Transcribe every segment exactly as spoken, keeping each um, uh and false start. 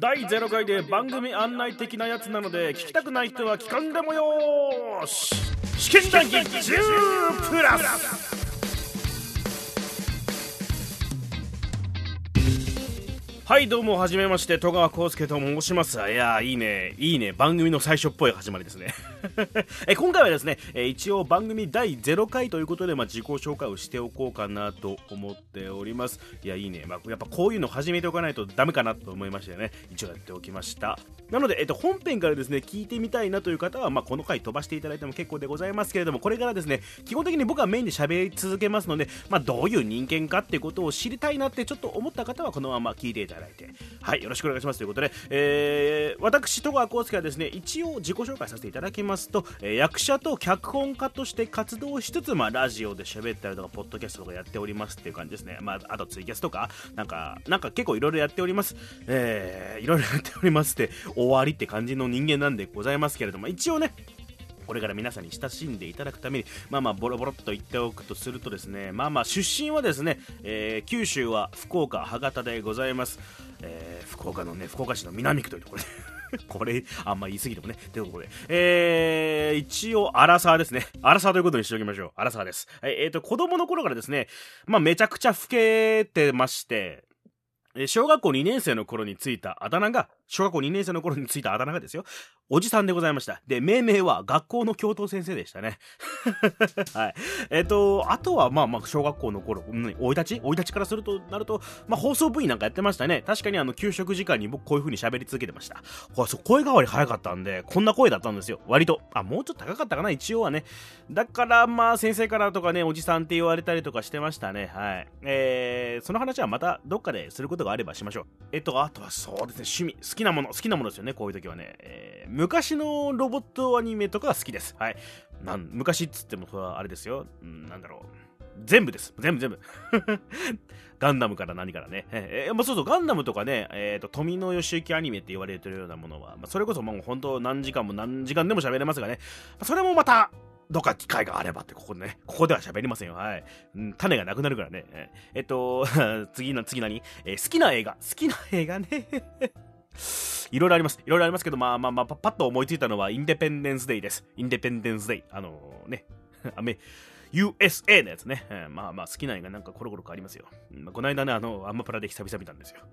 だいゼロかいで番組案内的なやつなので聞きたくない人は聞かんでもよーし。試験談義じゅうプラス。はいどうもはじめまして、戸川浩介と申します。いやーいいねいいね番組の最初っぽい始まりですねえ今回はですね、え一応番組だいゼロかいということで、まあ、自己紹介をしておこうかなと思っております。いやいいね、まあ、やっぱこういうの始めておかないとダメかなと思いましてね、一応やっておきました。なので、えっと、本編からですね聞いてみたいなという方は、まあ、この回飛ばしていただいても結構でございますけれども、これからですね基本的に僕はメインで喋り続けますので、まあ、どういう人間かっていうことを知りたいなってちょっと思った方はこのまま聞いていただいて、はいよろしくお願いしますということで、えー、私戸川浩介はですね一応自己紹介させていただきますと、えー、役者と脚本家として活動しつつ、まあ、ラジオで喋ったりとかポッドキャストとかやっておりますっていう感じですね。まあ、あとツイキャスとかなんかなんか結構いろいろやっております。えー、いろいろやっておりますって終わりって感じの人間なんでございますけれども、一応ねこれから皆さんに親しんでいただくためにまあまあボロボロっと言っておくとするとですね、まあまあ出身はですね、えー、九州は福岡博多でございます。えー、福岡のね福岡市の南区というところでこれあんま言い過ぎてもねということで、えー、一応アラサーですね。アラサーということにしておきましょう。アラサーです。はい、えーと子供の頃からですね、まあめちゃくちゃ老けてまして、小学校にねん生の頃についたあだ名が小学校にねん生の頃についたあだ名がですよ、おじさんでございました。で、命名は学校の教頭先生でしたね。はい。えっと、あとは、まあまあ、小学校の頃、うん、生い立ち生い立ちからすると、なると、まあ、放送部員なんかやってましたね。確かにあの、給食時間に僕こういう風に喋り続けてました。声変わり早かったんで、こんな声だったんですよ。割と。あ、もうちょっと高かったかな、一応はね。だから、まあ、先生からとかね、おじさんって言われたりとかしてましたね。はい。えー、その話はまたどっかですることがあればしましょう。えっと、あとはそうですね、趣味、好きなもの、好きなものですよね、こういう時はね。えー、昔のロボットアニメとかが好きです。はい。なん昔っつってもそれはあれですよ、うん、なんだろう、全部です全部全部ガンダムから何からね、えー、まあ、そうそうガンダムとかね、えーと富野義行アニメって言われてるようなものは、まあ、それこそもう本当何時間も何時間でも喋れますがね、それもまたどっか機会があればって、ここでね、ここでは喋りませんよ。はい。うん、種がなくなるからね。えー、えっと、次な、次何、えー、好きな映画。好きな映画ね。いろいろあります。いろいろありますけど、まあまあまあ、パッと思いついたのは、インデペンデンスデイです。インデペンデンスデイ。あのー、ね。アメ、ユーエスエー のやつね。えー、まあまあ、好きな映画なんかコロコロ変わりますよ。まあ、この間ね、あの、アマプラで久々見たんですよ。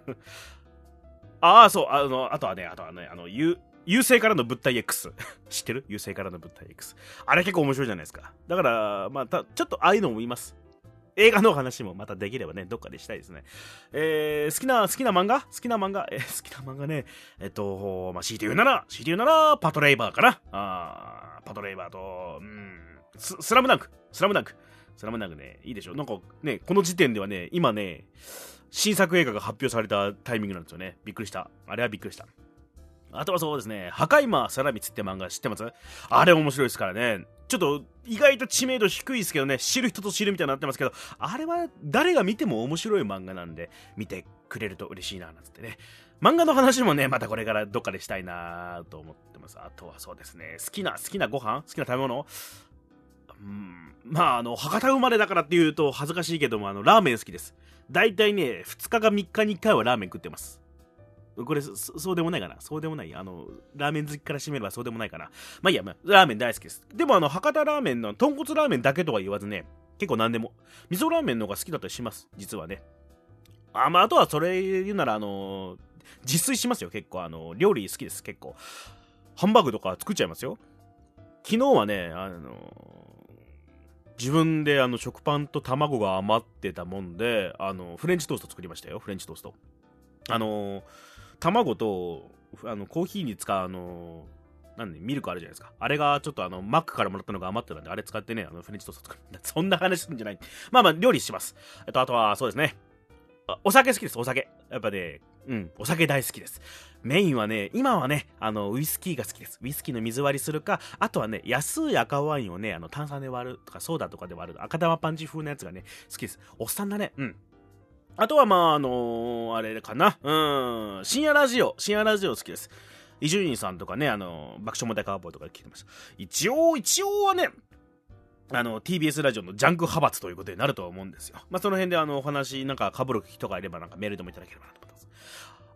ああ、そう、あの、あとはね、あとはね、あの、U、優勢からの物体 X 知ってる？優勢からの物体 X あれ結構面白いじゃないですか。だからまあたちょっとああいうのも言います。映画の話もまたできればねどっかでしたいですね。えー、好きな好きな漫画好きな漫画えー、好きな漫画ね、えっとまあ強いて言うなら強いて言うならパトレイバーかな。あーパトレイバーとうんス, スラムダンクスラムダンクスラムダンクね、いいでしょ。なんかねこの時点ではね今ね新作映画が発表されたタイミングなんですよね。びっくりした。あれはびっくりした。あとはそうですね、破壊魔サラミツって漫画知ってます？あれ面白いですからね。ちょっと意外と知名度低いですけどね、知る人と知るみたいになってますけど、あれは誰が見ても面白い漫画なんで見てくれると嬉しいななんつってね。漫画の話もねまたこれからどっかでしたいなと思ってます。あとはそうですね、好きな好きなご飯好きな食べ物、うーんまああの博多生まれだからっていうと恥ずかしいけども、あのラーメン好きです。だいたいねふつかかみっかにいっかいはラーメン食ってます。これ そ, そうでもないかなそうでもないあのラーメン好きからしてみればそうでもないかな。まあいいや、まあ、ラーメン大好きです。でもあの博多ラーメンの豚骨ラーメンだけとは言わずね、結構何でも味噌ラーメンの方が好きだったりします実はね。あまああとはそれ言うならあの自炊しますよ。結構あの料理好きです。結構ハンバーグとか作っちゃいますよ。昨日はねあの自分であの食パンと卵が余ってたもんで、あのフレンチトースト作りましたよ。フレンチトーストあの卵とあのコーヒーに使うあのなんでミルクあるじゃないですか。あれがちょっとあのマックからもらったのが余ってたんで、あれ使ってねあのフレンチトースト作る。そんな話するんじゃない。まあまあ料理します。えっとあとはそうですね、お酒好きです。お酒やっぱね、うんお酒大好きです。メインはね今はねあのウイスキーが好きです。ウイスキーの水割りするか、あとはね安い赤ワインをねあの炭酸で割るとかソーダとかで割る赤玉パンチ風のやつがね好きです。おっさんだね。うん。あとはまああのー、あれかな、うん深夜ラジオ深夜ラジオ好きです。伊集院さんとかね、あの爆笑問題カーボーイとか聞いてました。一応一応はねあの ティービーエス ラジオのジャンク派閥ということになるとは思うんですよ。まあその辺であのお話なんか被る人がいればなんかメールでもいただければなと思います。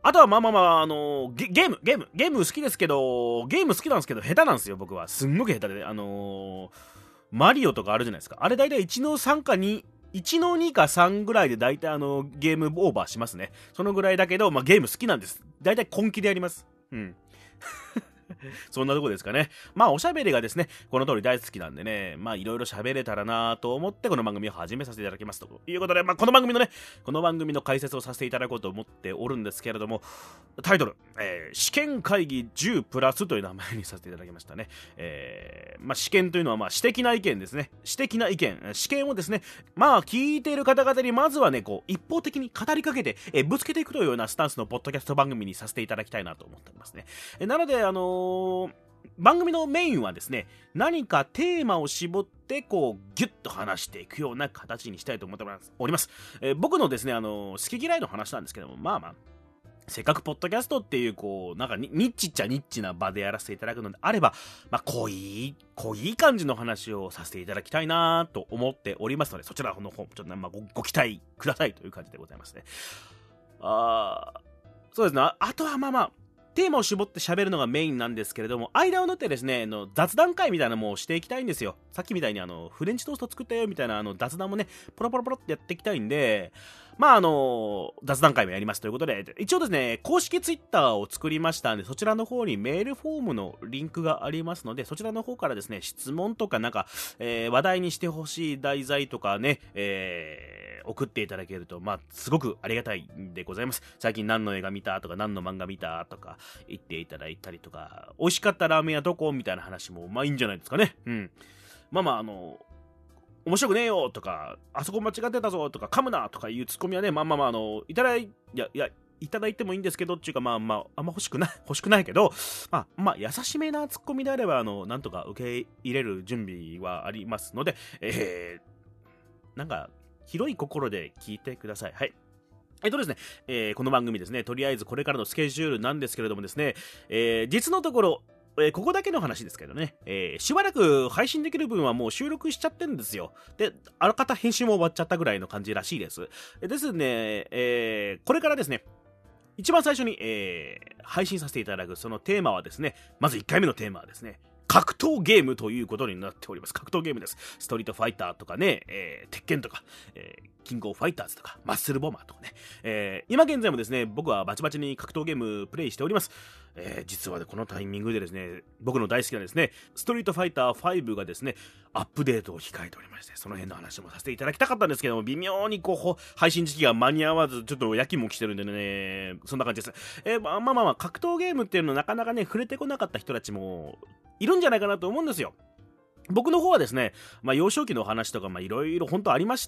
あとはまあまあまあ、あのー、ゲ、ゲーム、ゲーム、ゲーム好きですけど、ゲーム好きなんですけど、下手なんですよ、僕は。すんごく下手で。あのー、マリオとかあるじゃないですか。あれ大体いちのさんかに、いちのにかさんぐらいで大体あの、ゲームオーバーしますね。そのぐらいだけど、まあゲーム好きなんです。大体根気でやります。うん。そんなとこですかね。まあおしゃべりがですね、この通り大好きなんでね、まあいろいろ喋れたらなと思ってこの番組を始めさせていただきますということで、まあこの番組のね、この番組の解説をさせていただこうと思っておるんですけれども、タイトル、えー、試験会議じゅうプラスという名前にさせていただきましたね。えー、まあ試験というのはまあ私的な意見ですね。私的な意見、試験をですね、まあ聞いている方々にまずはね、こう一方的に語りかけて、えー、ぶつけていくというようなスタンスのポッドキャスト番組にさせていただきたいなと思っておりますね。えー、なので、あのー番組のメインはですね、何かテーマを絞ってこうギュッと話していくような形にしたいと思っております。えー、僕のですね、あの好き嫌いの話なんですけども、まあまあせっかくポッドキャストっていうこうなんかニッチっちゃニッチな場でやらせていただくのであれば、まあ濃い濃い感じの話をさせていただきたいなと思っておりますので、そちらの方ちょっと、まあ、ご, ご期待くださいという感じでございますね。あー、そうですね。あ, あとはまあまあテーマを絞って喋るのがメインなんですけれども、間を縫ってですね、の雑談会みたいなのもしていきたいんですよ。さっきみたいにあのフレンチトースト作ったよみたいなあの雑談もね、ポロポロポロってやっていきたいんで、まああの雑談会もやりますということで、一応ですね、公式ツイッターを作りましたんで、そちらの方にメールフォームのリンクがありますので、そちらの方からですね、質問とかなんか、えー、話題にしてほしい題材とかね、えー、送っていただけると、まあすごくありがたいんでございます。最近何の映画見たとか、何の漫画見たとか言っていただいたりとか、美味しかったラーメン屋どこみたいな話もまあいいんじゃないですかね。うん。まあまああの面白くねえよとか、あそこ間違ってたぞとか、噛むなとかいうツッコミはね、まあまあまあ、あの、いただい、いや、いや、いただいてもいいんですけど、っていうか、まあまあ、あんま欲しくない、欲しくないけど、まあ、まあ、優しめなツッコミであれば、あの、なんとか受け入れる準備はありますので、えー、なんか、広い心で聞いてください。はい。えっとですね、えー、この番組ですね、とりあえずこれからのスケジュールなんですけれどもですね、えー、実のところ、えー、ここだけの話ですけどね、えー、しばらく配信できる分はもう収録しちゃってるんですよ。で、あらかた編集も終わっちゃったぐらいの感じらしいです。ですね、えー、これからですね、一番最初に、えー、配信させていただくそのテーマはですね、まずいっかいめのテーマはですね、格闘ゲームということになっております。格闘ゲームです。ストリートファイターとかね、えー、鉄拳とか、えー、キングオブファイターズとか、マッスルボマーとかね、えー、今現在もですね、僕はバチバチに格闘ゲームプレイしております。えー、実はね、このタイミングでですね、僕の大好きなですね、ストリートファイターファイブがですね、アップデートを控えておりまして、その辺の話もさせていただきたかったんですけども、微妙にこう、配信時期が間に合わず、ちょっとやきもきしてるんでね、そんな感じです。えー、まあまあまあ、格闘ゲームっていうのなかなかね、触れてこなかった人たちもいるんじゃないかなと思うんですよ。僕の方はですね、まあ幼少期の話とか、まあいろいろ本当ありまして、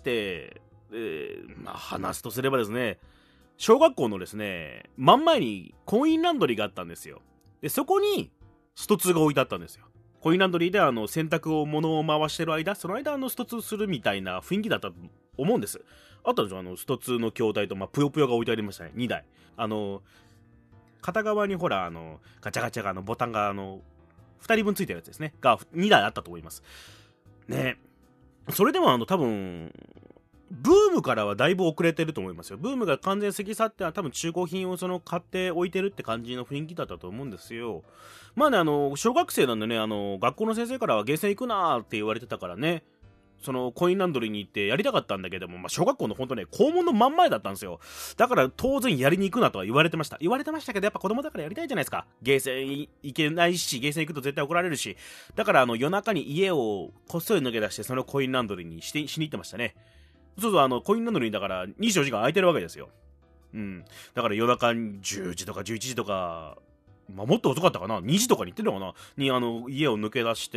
えー、まあ話すとすればですね、小学校のですね、真ん前にコインランドリーがあったんですよ。で、そこにストツーが置いてあったんですよ。コインランドリーであの洗濯を物を回してる間、その間あのストツーするみたいな雰囲気だったと思うんです。あとあのストツーの筐体と、まあ、ぷよぷよが置いてありましたね。にだい。あの、片側にほら、あの、ガチャガチャがあのボタンがあの、ふたりぶんついてるやつですね。がにだいあったと思います。ね。それでもあの多分、ブームからはだいぶ遅れてると思いますよ。ブームが完全過ぎ去っては多分中古品をその買って置いてるって感じの雰囲気だったと思うんですよ。まあね、あの、小学生なんでね、あの、学校の先生からはゲーセン行くなーって言われてたからね、そのコインランドリーに行ってやりたかったんだけども、まあ、小学校のほんとね、校門の真ん前だったんですよ。だから当然やりに行くなとは言われてました。言われてましたけど、やっぱ子供だからやりたいじゃないですか。ゲーセン行けないし、ゲーセン行くと絶対怒られるし。だからあの、夜中に家をこっそり抜け出して、そのコインランドリーにしてしに行ってましたね。そうそう、あの、コインランドリーだからにじゅうよじかん空いてるわけですよ。うん。だから夜中にじゅうじとかじゅういちじとか、まあ、もっと遅かったかな ?に 時とかに行ってるのかなに、あの、家を抜け出して、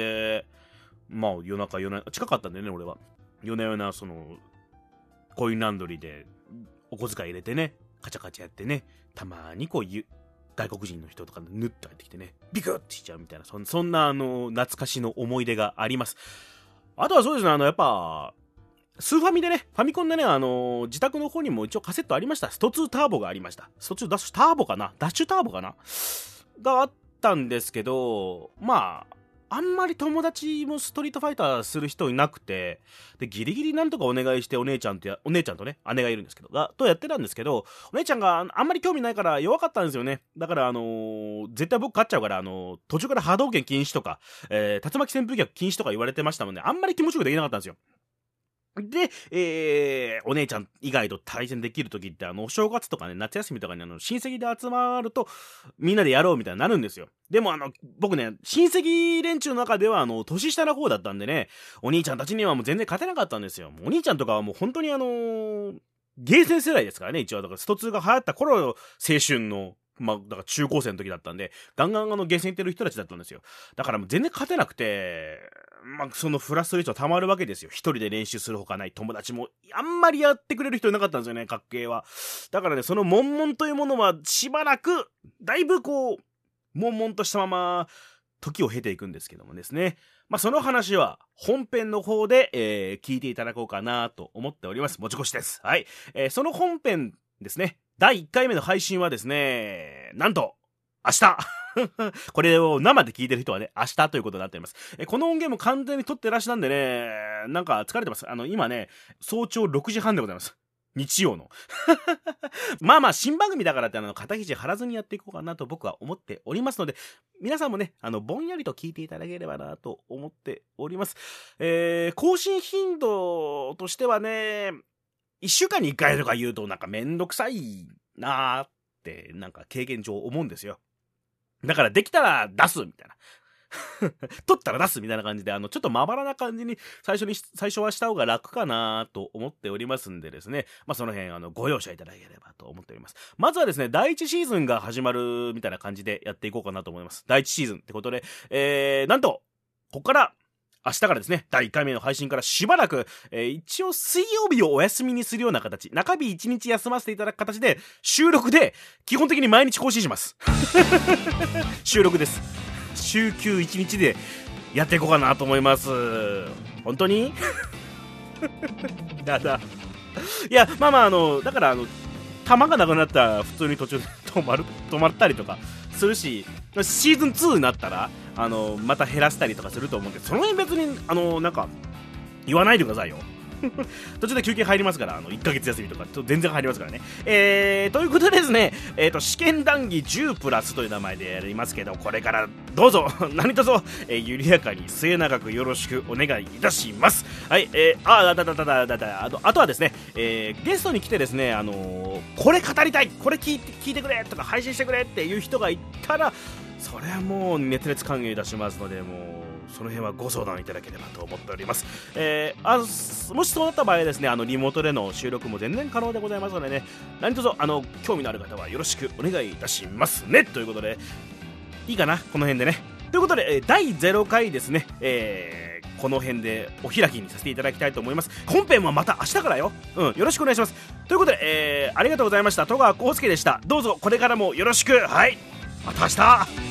まあ、夜中、夜中、近かったんだよね、俺は。夜な夜な、その、コインランドリーで、お小遣い入れてね、カチャカチャやってね、たまにこう、外国人の人とかぬっと入ってきてね、ビクッてしちゃうみたいな、そんそんな、あの、懐かしの思い出があります。あとはそうですね、あの、やっぱ、スーファミでね、ファミコンでね、あのー、自宅の方にも一応カセットありました。ストツーターボがありました。ストツーダッシュターボかなダッシュターボかながあったんですけど、まあ、 あんまり友達もストリートファイターする人いなくて、でギリギリなんとかお願いしてお姉ちゃんとやお姉ちゃんとね姉がいるんですけどがとやってたんですけど、お姉ちゃんがあんまり興味ないから弱かったんですよね。だからあのー、絶対僕勝っちゃうから、あのー、途中から波動拳禁止とか、えー、竜巻旋風脚禁止とか言われてましたので、あんまり気持ちよくできなかったんですよ。で、えー、お姉ちゃん以外と対戦できるときって、あの、お正月とかね、夏休みとかにあの、親戚で集まると、みんなでやろうみたいになるんですよ。でもあの、僕ね、親戚連中の中では、あの、年下の方だったんでね、お兄ちゃんたちにはもう全然勝てなかったんですよ。お兄ちゃんとかはもう本当にあのー、ゲーセン世代ですからね、一応。だからストツーが流行った頃の青春の、まあ、だから中高生の時だったんで、ガンガンあのゲーセン行ってる人たちだったんですよ。だからもう全然勝てなくて、まあ、そのフラストレーション溜まるわけですよ。一人で練習するほかない。友達もあんまりやってくれる人いなかったんですよね、格ゲーは。だからね、その悶々というものはしばらく、だいぶこう、悶々としたまま、時を経ていくんですけどもですね。まあ、その話は本編の方で、えー、聞いていただこうかなと思っております。もちこしです。はい。えー、その本編ですね。だいいっかいめの配信はですね、なんと、明日これを生で聞いてる人はね、明日ということになっております。えこの音源も完全に撮ってらっしゃるんでね、なんか疲れてます。あの、今ね、早朝ろくじはんでございます。日曜の。まあまあ、新番組だからってあの、肩肘張らずにやっていこうかなと僕は思っておりますので、皆さんもね、あの、ぼんやりと聞いていただければなと思っております。えー、更新頻度としてはね、いっしゅうかんにいっかいとか言うとなんかめんどくさいなーってなんか経験上思うんですよ。だからできたら出すみたいな。取ったら出すみたいな感じで、あの、ちょっとまばらな感じに最初に、最初はした方が楽かなと思っておりますんでですね。まあ、その辺、あの、ご容赦いただければと思っております。まずはですね、だいいちシーズンが始まるみたいな感じでやっていこうかなと思います。だいいちシーズンってことで、えー、なんと、ここから、明日からですね、だいいっかいめの配信からしばらく、えー、一応水曜日をお休みにするような形、中日いちにち休ませていただく形で、収録で、基本的に毎日更新します。収録です。週休いちにちでやっていこうかなと思います。本当にだだ。いや、まあまあ、あの、だから、あの、弾がなくなったら普通に途中で止まる、止まったりとかするし、シーズンツーになったら、あの、また減らしたりとかすると思うけど、その辺別に、あの、なんか、言わないでくださいよ。途中で休憩入りますから、あのいっかげつ休みとか全然入りますからね。えー、ということでですね、えーと、試験談義じゅうプラスという名前でやりますけど、これからどうぞ何卒、えー、緩やかに末永くよろしくお願いいたします。はい、えー、あだだだだだだあとあとはですね、えー、ゲストに来てですね、あのー、これ語りたい、これ聞いて聞いてくれとか配信してくれっていう人がいたら、それはもう熱烈歓迎いたしますので、もうその辺はご相談いただければと思っております。えー、あもしそうなった場合はですね、あのリモートでの収録も全然可能でございますのでね、何卒あの興味のある方はよろしくお願いいたしますね。ということでいいかな、この辺でね。ということでだいゼロかいですね、えー、この辺でお開きにさせていただきたいと思います。本編はまた明日からよ、うん、よろしくお願いします。ということで、えー、ありがとうございました。戸川浩介でした。どうぞこれからもよろしく。はい、また明日。